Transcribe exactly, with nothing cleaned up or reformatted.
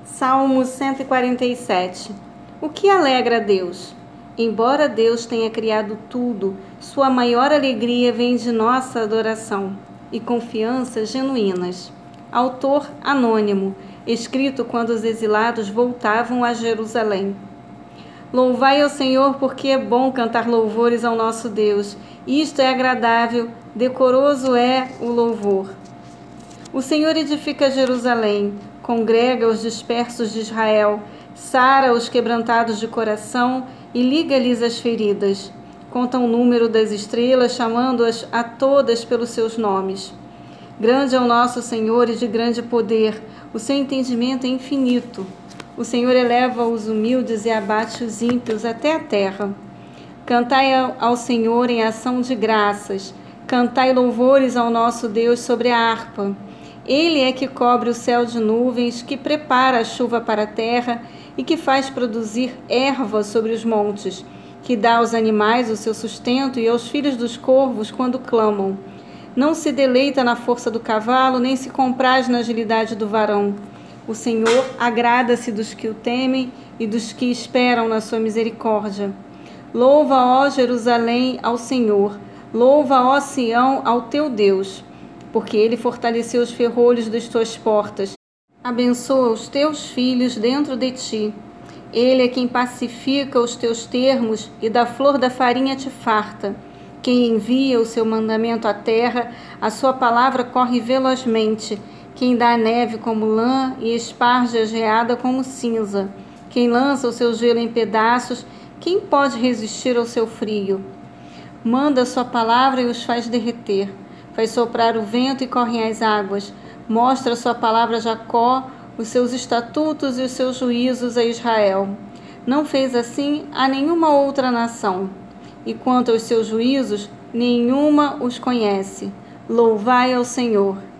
Salmo cento e quarenta e sete. O que alegra a Deus? Embora Deus tenha criado tudo, sua maior alegria vem de nossa adoração e confiança genuínas. Autor anônimo, escrito quando os exilados voltavam a Jerusalém. Louvai ao Senhor, porque é bom cantar louvores ao nosso Deus. Isto é agradável, decoroso é o louvor. O Senhor edifica Jerusalém, congrega os dispersos de Israel, sara os quebrantados de coração e liga-lhes as feridas. Conta o número das estrelas, chamando-as a todas pelos seus nomes. Grande é o nosso Senhor e de grande poder, o seu entendimento é infinito. O Senhor eleva os humildes e abate os ímpios até a terra. Cantai ao Senhor em ação de graças, cantai louvores ao nosso Deus sobre a harpa. Ele é que cobre o céu de nuvens, que prepara a chuva para a terra e que faz produzir erva sobre os montes, que dá aos animais o seu sustento e aos filhos dos corvos quando clamam. Não se deleita na força do cavalo, nem se compraz na agilidade do varão. O Senhor agrada-se dos que o temem e dos que esperam na sua misericórdia. Louva, ó Jerusalém, ao Senhor. Louva, ó Sião, ao teu Deus. Porque ele fortaleceu os ferrolhos das tuas portas. Abençoa os teus filhos dentro de ti. Ele é quem pacifica os teus termos e da flor da farinha te farta. Quem envia o seu mandamento à terra, a sua palavra corre velozmente. Quem dá a neve como lã e esparge a geada como cinza. Quem lança o seu gelo em pedaços, quem pode resistir ao seu frio? Manda a sua palavra e os faz derreter. Faz soprar o vento e correm as águas. Mostra a sua palavra a Jacó, os seus estatutos e os seus juízos a Israel. Não fez assim a nenhuma outra nação. E quanto aos seus juízos, nenhuma os conhece. Louvai ao Senhor.